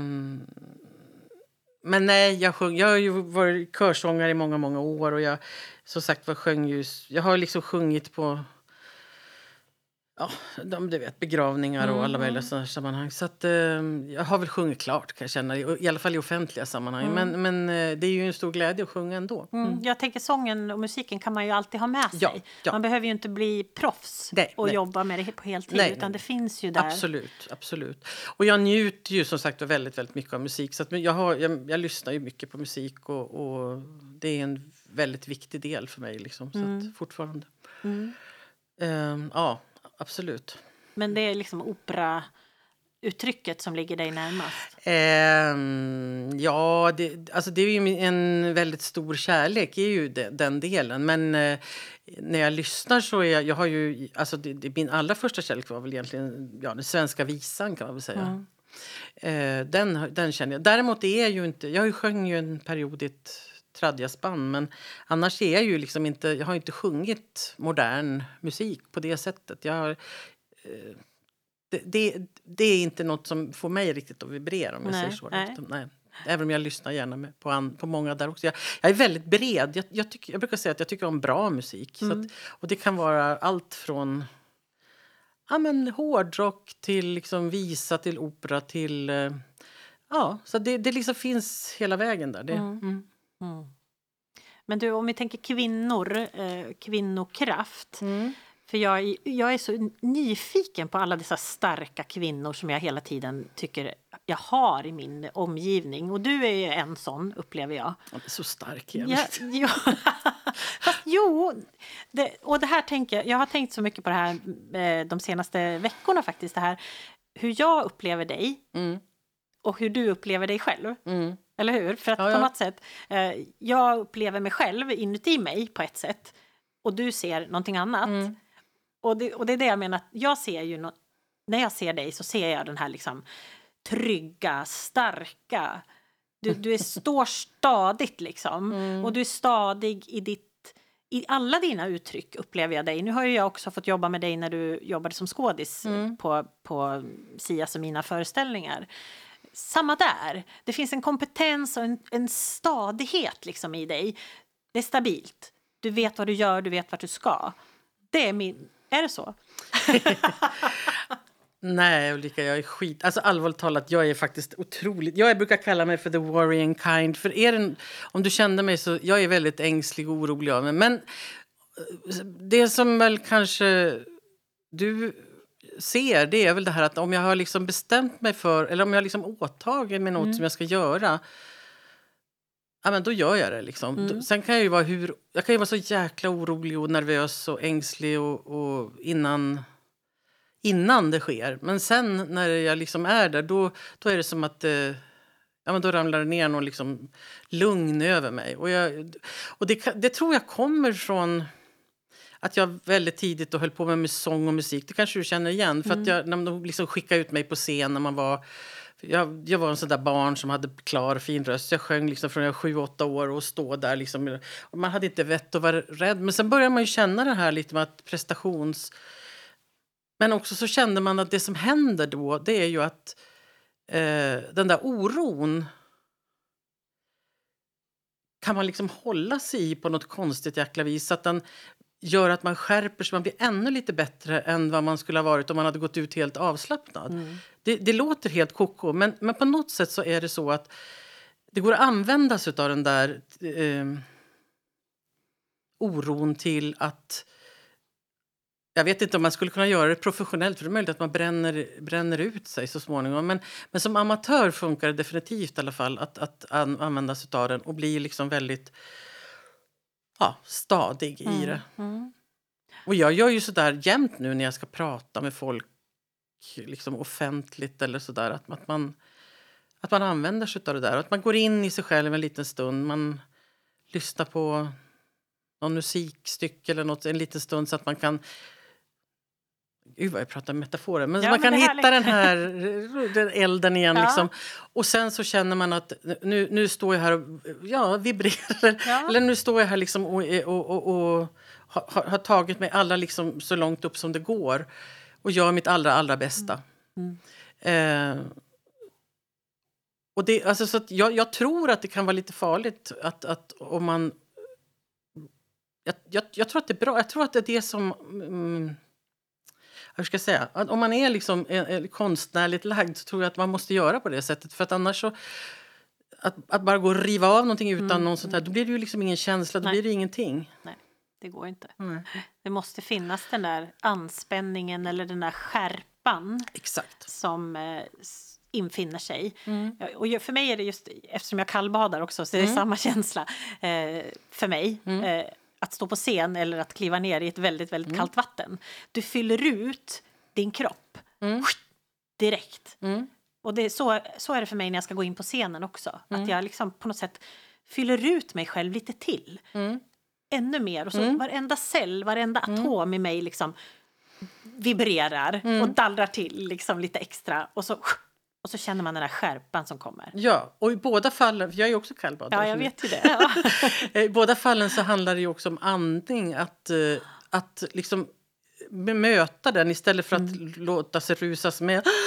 Men nej, jag, sjung, jag har ju varit körsångare i många, många år. Och jag, som sagt, var sjöng ju, jag har liksom sjungit på ja, de, du vet, begravningar mm. och alla möjliga sådana sammanhang. Så att, eh, jag har väl sjungit klart, kan jag känna. I, i alla fall i offentliga sammanhang. Mm. Men, men eh, det är ju en stor glädje att sjunga ändå. Mm. Mm. Jag tänker sången och musiken kan man ju alltid ha med sig. Ja, ja. Man behöver ju inte bli proffs nej, och nej. jobba med det på heltid. Nej, utan det finns ju där. Absolut, absolut. Och jag njuter ju som sagt väldigt, väldigt mycket av musik. Så att jag, har, jag, jag lyssnar ju mycket på musik. Och, och det är en väldigt viktig del för mig. Liksom, så mm. att fortfarande. Mm. Um, ja. Absolut. Men det är liksom operauttrycket som ligger dig närmast? Eh, ja, det, alltså det är ju en väldigt stor kärlek, är ju det, den delen. Men eh, när jag lyssnar så är jag, jag har ju, alltså det, det, min allra första kärlek var väl egentligen ja, den svenska visan kan man väl säga. Mm. Eh, den, den känner jag. Däremot är jag ju inte, jag har ju sjöng ju en period i ett tradjasband, men annars är jag ju liksom inte, jag har inte sjungit modern musik på det sättet. Jag har, det, det, det är inte något som får mig riktigt att vibrera om jag nej, säger så. Nej. Nej. Även om jag lyssnar gärna med på, an, på många där också. Jag, jag är väldigt bred. Jag, jag, tycker, jag brukar säga att jag tycker om bra musik. Mm. Så att, och det kan vara allt från ja, men, hårdrock till liksom, visa till opera till... Eh, ja, så det, det liksom finns hela vägen där. Det, mm. Mm. Mm. Men du, om vi tänker kvinnor, eh, kvinnokraft... Mm. För jag, jag är så nyfiken på alla dessa starka kvinnor som jag hela tiden tycker jag har i min omgivning. Och du är ju en sån, upplever jag. Ja, så stark jag ja, ja. Fast jo, det, och det här tänker jag, jag har tänkt så mycket på det här eh, de senaste veckorna faktiskt. Det här, hur jag upplever dig mm. och hur du upplever dig själv. Mm. Eller hur? För att ja, ja. på något sätt, eh, jag upplever mig själv inuti mig på ett sätt. Och du ser någonting annat. Mm. Och det, och det är det jag menar, jag ser ju no- när jag ser dig så ser jag den här liksom trygga, starka, du, du är, står stadigt liksom mm. och du är stadig i ditt, i alla dina uttryck upplever jag dig. Nu har ju jag också fått jobba med dig när du jobbade som skådis mm. på, på Sias och mina föreställningar. Samma där, det finns en kompetens och en, en stadighet liksom i dig. Det är stabilt, du vet vad du gör, du vet vart du ska. Det är min... Är det så? Nej, Ulrika, jag är skit... Alltså allvarligt talat, jag är faktiskt otroligt... Jag brukar kalla mig för the worrying kind. För är det, om du kände mig så... Jag är väldigt ängslig och orolig av mig. Men det som väl kanske du ser, det är väl det här att om jag har liksom bestämt mig för... Eller om jag liksom åtagit mig något mm. som jag ska göra... Ja, men då gör jag det liksom. Mm. Sen kan jag ju vara hur... Jag kan ju vara så jäkla orolig och nervös och ängslig och, och innan, innan det sker. Men sen när jag liksom är där, då, då är det som att... Eh, ja, men då ramlar det ner någon liksom lugn över mig. Och, jag, och det, det tror jag kommer från att jag väldigt tidigt då höll på med, med sång och musik. Det kanske du känner igen. För mm. att jag, när de liksom skickade ut mig på scen när man var... Jag, jag var en sån där barn som hade klar fin röst. Jag sjöng liksom från jag var sju, åtta år och stod där. Liksom, och man hade inte vett att vara rädd. Men sen började man ju känna det här lite med att prestations... Men också så kände man att det som händer då, det är ju att eh, den där oron kan man liksom hålla sig i på något konstigt jäkla vis. Så att den gör att man skärper sig, man blir ännu lite bättre än vad man skulle ha varit om man hade gått ut helt avslappnad. Mm. Det, det låter helt koko, men, men på något sätt så är det så att det går att använda sig av den där eh, oron till att... Jag vet inte om man skulle kunna göra det professionellt, för det är möjligt att man bränner, bränner ut sig så småningom. Men, men som amatör funkar det definitivt i alla fall att, att an, använda sig av den och bli liksom väldigt... Ja, stadig mm. i det. Mm. Och jag gör ju sådär jämt nu när jag ska prata med folk liksom offentligt eller sådär. Att, att, man, att man använder sig av det där. Att man går in i sig själv en liten stund. Man lyssnar på någon musikstycke eller något en liten stund så att man kan... Gud vad jag pratar metaforer. Men, ja, man men kan hitta den här den elden igen. Ja. Liksom. Och sen så känner man att nu, nu står jag här och ja, vibrerar. Ja. Eller nu står jag här liksom och, och, och, och har, har tagit mig alla liksom så långt upp som det går. Och gör mitt allra, allra bästa. Mm. Mm. Eh, och det, alltså, så att jag, jag tror att det kan vara lite farligt att, att om man... Jag, jag, jag tror att det är bra. Jag tror att det är det som... Mm, hur ska jag säga? Att om man är liksom är, är konstnärligt lagd så tror jag att man måste göra på det sättet. För att annars så... Att, att bara gå och riva av någonting utan mm. någon sånt här, då blir det ju liksom ingen känsla, då Nej. blir det ingenting. Nej, det går inte. Mm. Det måste finnas den där anspänningen eller den där skärpan. Exakt. Som eh, infinner sig. Mm. Och för mig är det just, eftersom jag kallbadar också, så är det mm. samma känsla eh, för mig. Mm. Eh, att stå på scen eller att kliva ner i ett väldigt, väldigt mm. kallt vatten. Du fyller ut din kropp mm. direkt. Mm. Och det är så, så är det för mig när jag ska gå in på scenen också. Mm. Att jag liksom på något sätt fyller ut mig själv lite till. Mm. Ännu mer. Och så mm. varenda cell, varenda mm. atom i mig liksom vibrerar mm. och dallrar till liksom lite extra. Och så, och så känner man den där skärpan som kommer. Ja, och i båda fallen, för jag är ju också kallbadare. Ja, jag vet ju det. Ja. I båda fallen så handlar det ju också om andning. Att, att liksom bemöta den istället för att mm. låta sig rusas med.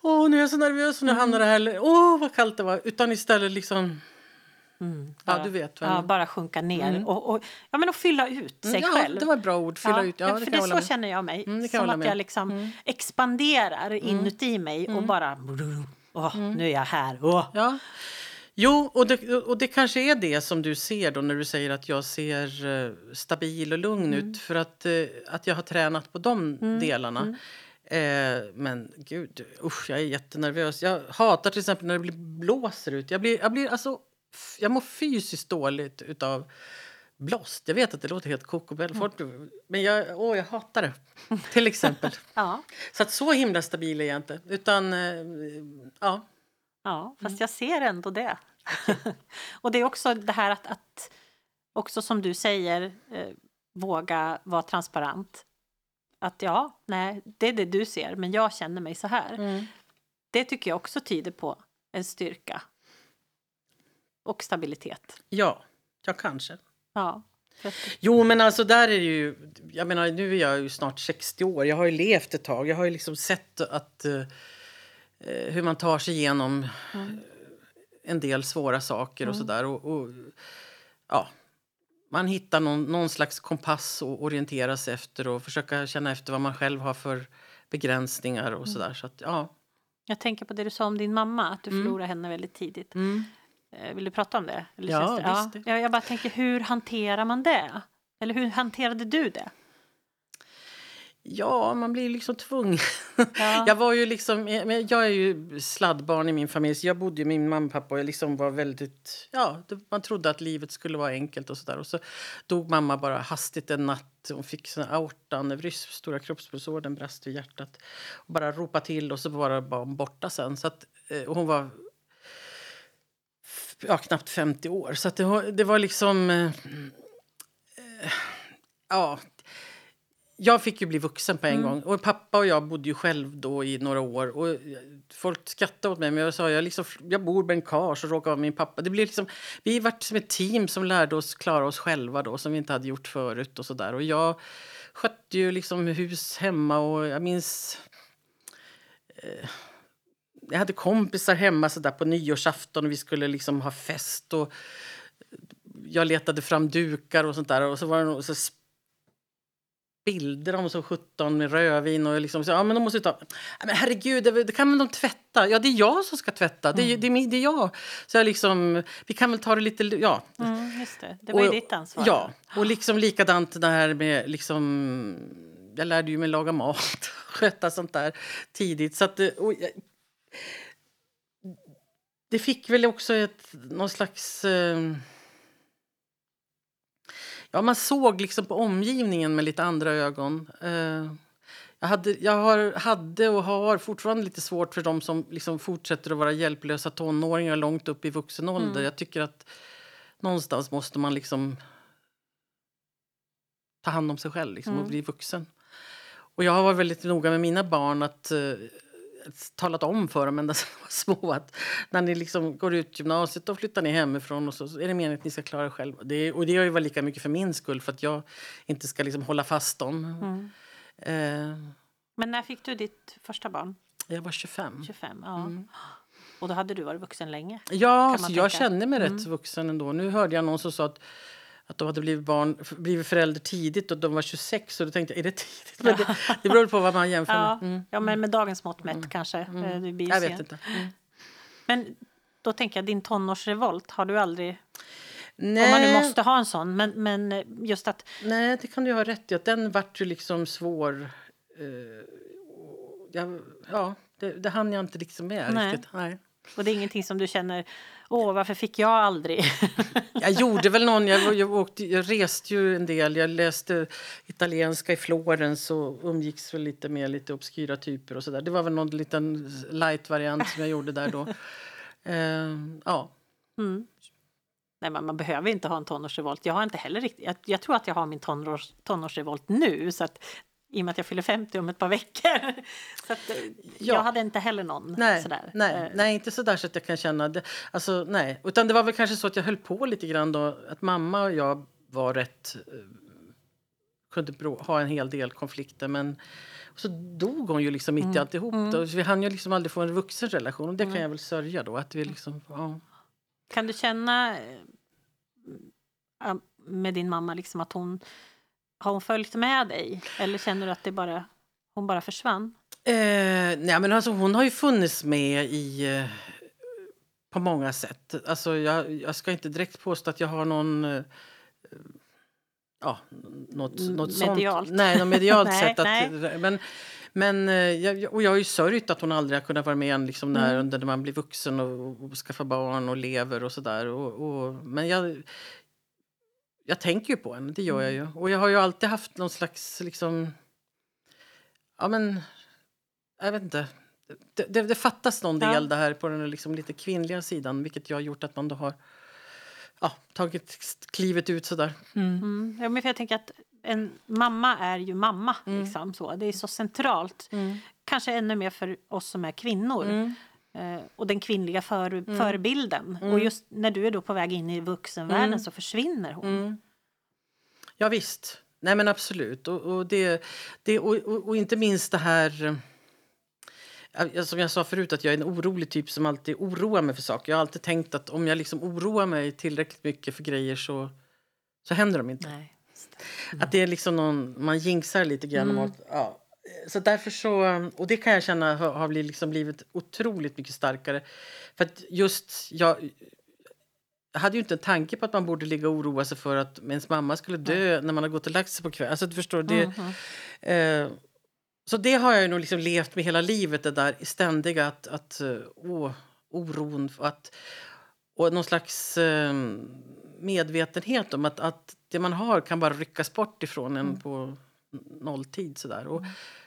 åh, nu är jag så nervös och nu hamnar det här. Åh, vad kallt det var. Utan istället liksom... Mm, ja, bara, du vet. ja, bara sjunka ner Mm. och, och, ja, men och fylla ut sig ja, själv. Det var ett bra ord. Fylla ja, ut. Ja, ja, det för kan det jag så hålla med. känner jag mig. Mm, det kan som jag hålla att med. jag liksom Mm. expanderar Mm. inuti mig och Mm. bara... Åh, nu är jag här. Åh. Ja. Jo, och det, och det kanske är det som du ser då när du säger att jag ser uh, stabil och lugn Mm. ut. För att, uh, att jag har tränat på de Mm. delarna. Mm. Eh, men gud, usch, jag är jättenervös. Jag hatar till exempel när det blir blåser ut. Jag blir, jag blir alltså, f- jag mår fysiskt dåligt utav blåst. Jag vet att det låter helt kokobell. Mm. Men jag, åh, jag hatar det. Till exempel. Ja. Så att så himla stabil är jag inte. Utan, eh, ja. Ja, fast jag ser ändå det. Och det är också det här att, att också som du säger, eh, våga vara transparent. Att ja, nej, det är det du ser, men jag känner mig så här. Mm. Det tycker jag också tyder på en styrka. Och stabilitet. Ja, ja kanske. Ja. Jo, men alltså där är det ju... Jag menar, nu är jag ju snart sextio år. Jag har ju levt ett tag. Jag har ju liksom sett att... Uh, hur man tar sig igenom mm. en del svåra saker och mm. sådär. Och, och, ja, man hittar någon, någon slags kompass att orientera sig efter och försöka känna efter vad man själv har för begränsningar och sådär. Mm. Så att, ja. Jag tänker på det du sa om din mamma, att du mm. förlorade henne väldigt tidigt. Mm. Vill du prata om det? Eller ja, det? visst. Ja, jag bara tänker, hur hanterar man det? Eller hur hanterade du det? Ja, man blir liksom tvungen. Ja. Jag var ju liksom, jag är ju sladdbarn i min familj, så jag bodde ju med min mamma och pappa och jag liksom var väldigt, ja, man trodde att livet skulle vara enkelt och sådär. Och så dog mamma bara hastigt en natt. Hon fick sån aortanevrysm, stora kroppspulsår, den brast vid hjärtat. Och bara ropa till och så var det bara borta sen. Så att, och hon var ja, knappt femtio år. Så att det, det var liksom, eh, ja... Jag fick ju bli vuxen på en mm. gång. Och pappa och jag bodde ju själv då i några år. Och folk skrattade åt mig. Men jag sa, jag, liksom, jag bor med en karl så råkade vara min pappa. Det blev liksom, vi var som ett team som lärde oss klara oss själva då. Som vi inte hade gjort förut och sådär. Och jag skötte ju liksom hus hemma. Och jag minns... Eh, jag hade kompisar hemma så där på nyårsafton. Och vi skulle liksom ha fest. Och jag letade fram dukar och sånt där. Och så var det nog... Så bilder om så sjutton med rödvin och liksom så, ja men de måste ta, men herregud, det, det kan väl de tvätta. Ja, det är jag som ska tvätta. Mm. Det, det, det är jag. Så jag liksom, vi kan väl ta det lite, ja. Mm, just det. Det var ju ditt ansvar. Ja, och liksom likadant det här med liksom, jag lärde ju mig laga mat, sköta sånt där tidigt. Så att, och jag, det fick väl också ett, någon slags... Eh, ja, man såg liksom på omgivningen med lite andra ögon. Uh, jag, hade, jag har, hade och har fortfarande lite svårt för de som liksom fortsätter att vara hjälplösa tonåringar långt upp i vuxen ålder. Mm. Jag tycker att någonstans måste man liksom ta hand om sig själv liksom, mm. och bli vuxen. Och jag har varit väldigt noga med mina barn att... Uh, talat om för dem ända sedan de var små att när ni liksom går ut gymnasiet och flyttar ni hemifrån och så, så är det meningen att ni ska klara er själva. Det är, och det har ju varit lika mycket för min skull för att jag inte ska liksom hålla fast dem. Mm. Eh, Men när fick du ditt första barn? Jag var tjugofem. tjugofem, ja. Mm. Och då hade du varit vuxen länge? Ja, så jag känner mig mm. rätt vuxen ändå. Nu hörde jag någon som sa att att de hade blivit, barn, blivit förälder tidigt och de var tjugosex. Och då tänkte jag, är det tidigt? Men det, det beror på vad man jämför ja. med. Mm. Ja, men med dagens mått mätt mm. kanske. Mm. Det blir jag sen. vet inte. Mm. Men då tänker jag, din tonårsrevolt, har du aldrig... Nej. Om man nu måste ha en sån, men, men just att... Nej, det kan du ha rätt i. Att den vart ju liksom svår. Uh, jag, ja, det, det hann jag inte liksom med Nej. riktigt. Nej. Och det är ingenting som du känner, åh, varför fick jag aldrig? Jag gjorde väl någon, jag, jag, åkte, jag reste ju en del, jag läste italienska i Florens och umgicks väl lite med lite obskyra typer och sådär. Det var väl någon liten light-variant som jag gjorde där då. Uh, ja. Mm. Nej, men man behöver inte ha en tonårsrevolt. Jag har inte heller riktigt, jag, jag tror att jag har min tonårs, tonårsrevolt nu, så att i och med att jag fyller femtio om ett par veckor. Så att, ja. Jag hade inte heller någon nej, sådär. Nej, nej, inte sådär så att jag kan känna det. Alltså, nej. Utan det var väl kanske så att jag höll på lite grann då. Att mamma och jag var rätt... Eh, kunde ha en hel del konflikter. Men Så dog hon ju liksom mitt i Mm. alltihop. Mm. Då. Så vi hann ju liksom aldrig få en vuxen relation. Och det Mm. kan jag väl sörja då. Att vi liksom, ja. Kan du känna eh, med din mamma liksom att hon har hon följt med dig? Eller känner du att det bara, hon bara försvann? Eh, nej, men alltså, hon har ju funnits med i... Eh, på många sätt. Alltså, jag, jag ska inte direkt påstå att jag har någon... Eh, ja, något, något Medialt. sånt. Nej, något medialt nej, sätt. Att, nej. men, men eh, jag, och jag har ju sörjt att hon aldrig har kunnat vara med en, liksom, när, Mm. när man blir vuxen och, och skaffar barn och lever och sådär. Och, och, men jag... Jag tänker ju på henne, det gör jag ju. Och jag har ju alltid haft någon slags, liksom... Ja, men... Jag vet inte. Det, det, det fattas någon del Ja. det här på den liksom lite kvinnliga sidan. Vilket jag har gjort att man då har ja, tagit klivet ut sådär. Mm. Mm. Ja, men för jag tänker att en mamma är ju mamma. Mm. Liksom, så. Det är så centralt. Mm. Kanske ännu mer för oss som är kvinnor. Mm. Eh, och den kvinnliga för, förebilden. Mm. Och just när du är då på väg in i vuxenvärlden Mm. så försvinner hon. Mm. Ja, visst. Nej, men absolut. Och, och, det, det, och, och, och inte minst det här... eh, Som jag sa förut, att jag är en orolig typ som alltid oroar mig för saker. Jag har alltid tänkt att om jag liksom oroar mig tillräckligt mycket för grejer så, så händer de inte. Nej. Att det är liksom någon... Man jinxar lite grann. Mm. Om att, ja. Så därför så... Och det kan jag känna har, har blivit, liksom blivit otroligt mycket starkare. För att just... Jag, Jag hade ju inte en tanke på att man borde ligga och oroa sig för att ens mamma skulle dö när man har gått och lagt sig på kvällen. Alltså, du förstår, det, Mm. eh, så det har jag ju nog liksom levt med hela livet, det där ständiga att, att åh, oron. Att, och någon slags eh, medvetenhet om att, att det man har kan bara ryckas bort ifrån en Mm. på nolltid. Sådär. Och,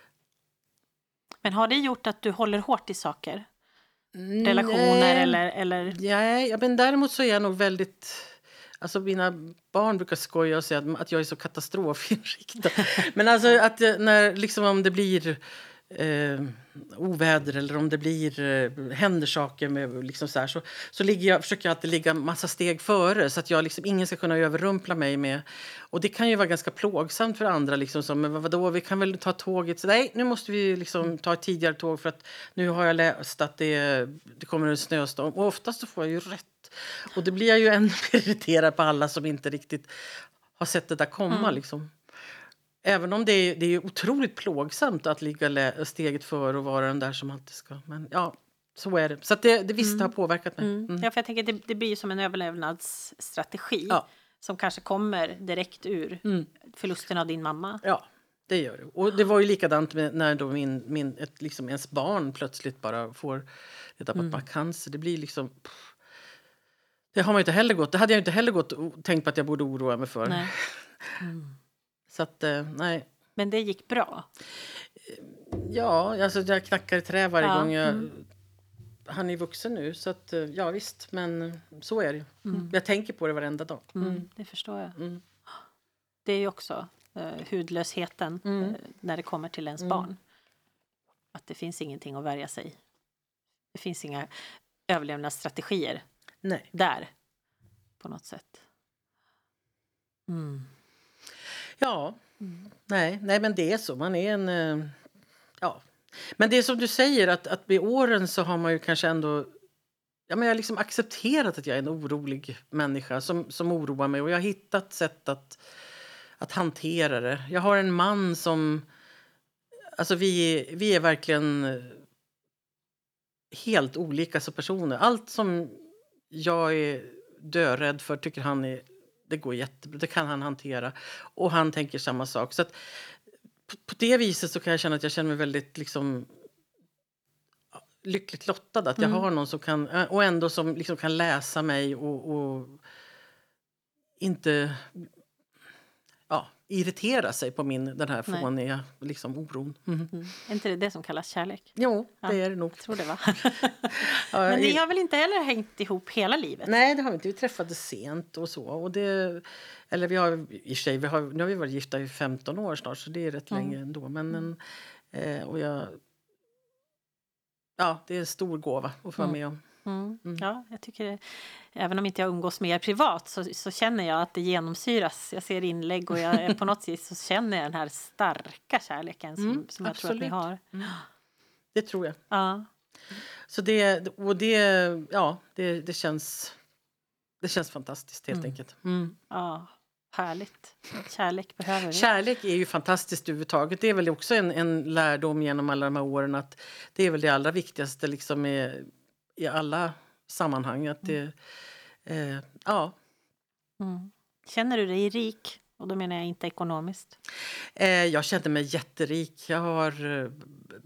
Men har det gjort att du håller hårt i saker? Relationer nej. eller... eller... Nej, ja, men däremot så är jag nog väldigt... Alltså mina barn brukar skoja och säga att, att jag är så katastrofinriktad. Men alltså att eh, när, liksom, om det blir eh, oväder eller om det blir eh, händer saker med, liksom så, här, så, så ligger jag, försöker jag alltid ligga massa steg före så att jag, liksom, ingen ska kunna överrumpla mig med. Och det kan ju vara ganska plågsamt för andra. Liksom, som, men vadå, vi kan väl ta tåget. Så, nej, nu måste vi liksom, ta ett tidigare tåg för att nu har jag läst att det, det kommer en snöstorm. Och oftast så får jag ju rätt. Och det blir jag ju ännu mer irriterad på alla som inte riktigt har sett det där komma. Mm. Liksom. Även om det är, det är otroligt plågsamt att ligga lä- steget för och vara den där som alltid ska. Men ja, så är det. Så att det, det visst har påverkat mig. Mm. Mm. Ja, för jag tänker att det, det blir ju som en överlevnadsstrategi. Ja. Som kanske kommer direkt ur Mm. förlusten av din mamma. Ja, det gör det. Och det var ju likadant med när då min, min, ett, liksom ens barn plötsligt bara får reda på att man har cancer. Det blir liksom... Pff, det har man ju inte heller gått. Det hade jag inte heller gått och tänkt på att jag borde oroa mig för. Nej. Mm. Så att, eh, nej. Men det gick bra. Ja, alltså jag knackar i trä varje Ja, gång jag... mm. Han är vuxen nu, så att, eh, ja visst. Men så är det ju. Mm. Jag tänker på det varenda dag. Mm. Mm. Det förstår jag. Mm. Det är ju också eh, hudlösheten Mm. eh, när det kommer till ens Mm. barn. Att det finns ingenting att värja sig. Det finns inga överlevnadsstrategier Nej. där. På något sätt. Mm. Ja, Mm. nej, nej, men det är så. Man är en... eh, Ja. Men det är som du säger, att, att med åren så har man ju kanske ändå... Ja, men jag har liksom accepterat att jag är en orolig människa som, som oroar mig. Och jag har hittat sätt att, att hantera det. Jag har en man som... Alltså vi, vi är verkligen eh, helt olika som personer. Allt som jag är dörädd för tycker han är... Det går jättebra, det kan han hantera. Och han tänker samma sak. Så att på, på det viset så kan jag känna att jag känner mig väldigt liksom lyckligt lottad. Att jag Mm. har någon som kan, och ändå som liksom kan läsa mig och, och inte ja, irritera sig på min, den här Nej. fåniga liksom, oron. Mm. Mm. Är inte det det som kallas kärlek? Jo, Ja. det är det nog. Jag tror det va? Ja, Men ni jag- har väl inte heller hängt ihop hela livet? Nej, det har vi inte. Vi träffades sent och så. Och det, eller vi har i och för sig, vi har, nu har vi varit gifta i femton år snart, så det är rätt Mm. länge ändå. Men, en, eh, och jag, ja, det är en stor gåva att få vara Mm. med om. Mm. Mm. Ja, jag tycker, även om inte jag umgås med er privat så, så känner jag att det genomsyras. Jag ser inlägg och jag, på något vis så känner jag den här starka kärleken som, Mm, som jag tror att ni har. Mm. Det tror jag. Ja. Så det, och det, ja, det, det, känns, det känns fantastiskt helt mm. enkelt. Mm. Ja, härligt. Kärlek behöver vi. Kärlek är ju fantastiskt överhuvudtaget. Det är väl också en, en lärdom genom alla de här åren att det är väl det allra viktigaste liksom med, i alla sammanhang. Att det, eh, ja. Mm. Känner du dig rik? Och då menar jag inte ekonomiskt. Eh, jag känner mig jätterik. Jag har eh,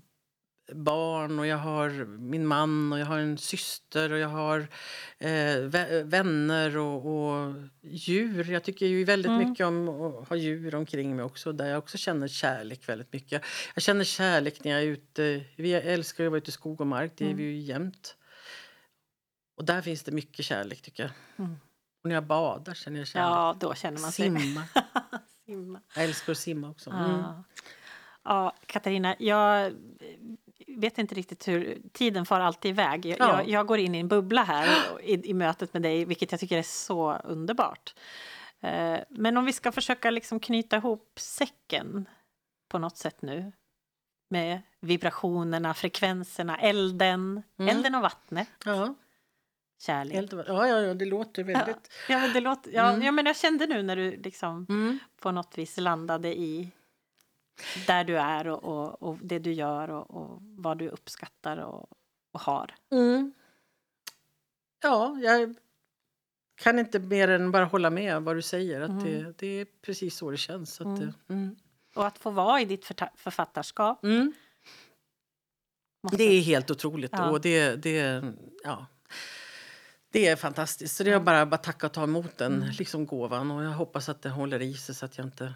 barn och jag har min man och jag har en syster och jag har eh, vänner och, och djur. Jag tycker ju väldigt mm. mycket om att ha djur omkring mig också. Där jag också känner kärlek väldigt mycket. Jag känner kärlek när jag är ute. Vi älskar att vara ute i skog och mark. Det är mm. vi ju jämt. Och där finns det mycket kärlek tycker jag. Mm. Och när jag badar känner jag kärlek. Ja, då känner man sig. Simma. simma. Jag älskar att simma också. Mm. Ja. Ja, Katarina, jag vet inte riktigt hur tiden far alltid iväg. Jag, ja. jag, jag går in i en bubbla här i, i mötet med dig, vilket jag tycker är så underbart. Eh, men om vi ska försöka liksom knyta ihop säcken på något sätt nu med vibrationerna, frekvenserna, elden, mm. elden och vattnet. Ja. Kärlek. Eld och, ja, ja, ja, det låter väldigt... Ja, ja, men, det låter, ja, mm. ja, men jag kände nu när du liksom mm. på något vis landade i där du är och, och, och det du gör och, och vad du uppskattar och, och har. Mm. Ja, jag kan inte mer än bara hålla med vad du säger. Att mm. det, det är precis så det känns. Att mm. det, mm. Och att få vara i ditt författarskap. Mm. Måste... Det är helt otroligt. Ja. Och det, det, ja, det är fantastiskt. Så det är bara att tacka och ta emot den mm. liksom gåvan. Och jag hoppas att det håller i sig så att jag inte...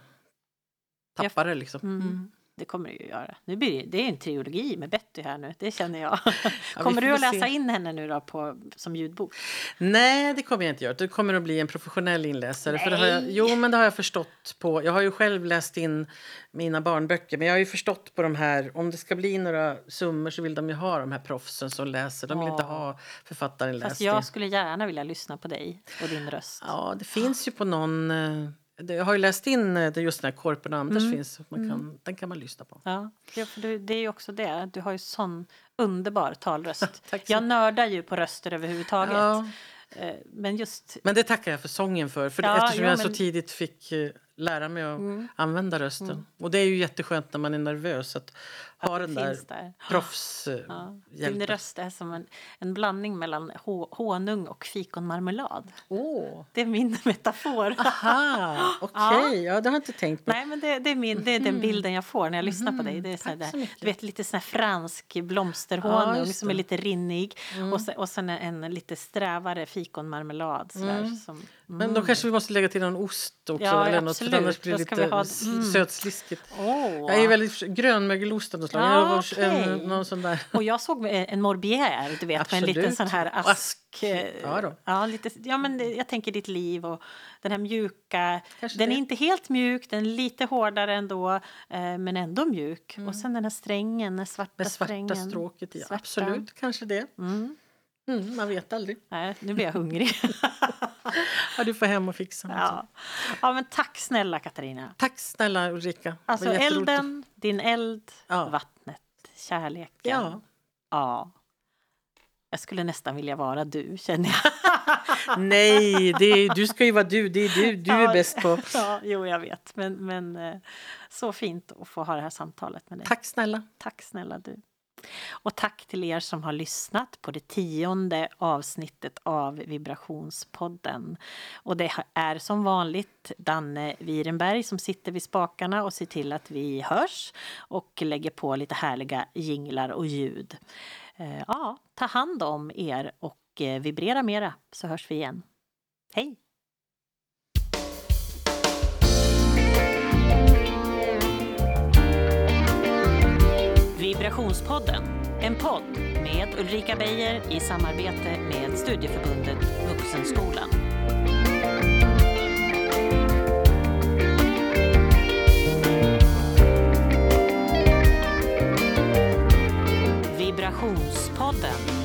tappar det liksom. Mm. Mm. Det kommer du ju göra. Nu blir det, det är en trilogi med Betty här nu. Det känner jag. Ja, kommer du att läsa se. in henne nu då på, som ljudbok? Nej, det kommer jag inte göra. Det kommer att bli en professionell inläsare. Nej. För det har jag, jo, men det har jag förstått på. Jag har ju själv läst in mina barnböcker. Men jag har ju förstått på de här. Om det ska bli några summor så vill de ju ha de här proffsen som läser. De vill ja. inte ha författaren läst. Fast jag skulle gärna vilja lyssna på dig och din röst. Ja, det finns ju på någon... Jag har ju läst in det just när Korpen och Anders mm. finns. Man kan, mm. Den kan man lyssna på. Ja, för det är ju också det. Du har ju sån underbar talröst. Tack så. Jag nördar ju på röster överhuvudtaget. Ja. Men just... Men det tackar jag för sången för. För ja, eftersom jo, jag men... så tidigt fick lära mig att mm. använda rösten. Mm. Och det är ju jätteskönt när man är nervös att ha den där, där. proffs ja. Din röst är som en, en blandning mellan hå, honung och fikonmarmelad. Oh. Det är min metafor. Aha, okej. Okay. Ja. ja, det har jag inte tänkt på. Nej, men det, det, är, min, det är den bilden jag får när jag lyssnar mm. på dig. Det är så här, så du vet, lite sån här fransk blomsterhonung ja, som är lite rinnig. Mm. Och, sen, och sen en, en lite strävare fikonmarmelad. Så där, mm. som, mm. Men då kanske vi måste lägga till någon ost också. Ja, eller absolut. Något, för annars blir det lite ha... mm. sötsliskigt. Oh. Jag är väldigt grönmögelost. Ja, ja, okay. en, någon sån där. Och jag såg en morbier, du vet, absolut. med en liten sån här ask. ask. Ja, då. Ja, lite, ja, men det, jag tänker ditt liv och den här mjuka. Kanske den det. är inte helt mjuk, den är lite hårdare ändå, eh, men ändå mjuk. Mm. Och sen den här strängen, den svarta, med svarta strängen. stråket i. Svarta. Absolut, kanske det. Mm. Mm, man vet aldrig. Nej, nu blir jag hungrig. Ja, du får hem och fixa. Ja. Ja, men tack snälla Katarina. Tack snälla Ulrika. Alltså elden, din eld, ja. vattnet, kärleken. Ja. Ja. Jag skulle nästan vilja vara du, känner jag. Nej, det är, du ska ju vara du. Det är du, du ja, är bäst på. Ja, jo, jag vet. Men, men så fint att få ha det här samtalet med dig. Tack snälla. Tack snälla du. Och tack till er som har lyssnat på det tionde avsnittet av Vibrationspodden. Och det är som vanligt Danne Wierenberg som sitter vid spakarna och ser till att vi hörs och lägger på lite härliga jinglar och ljud. Ja, ta hand om er och vibrera mera så hörs vi igen. Hej! Vibrationspodden, en podd med Ulrika Beijer i samarbete med Studieförbundet Vuxenskolan. Vibrationspodden.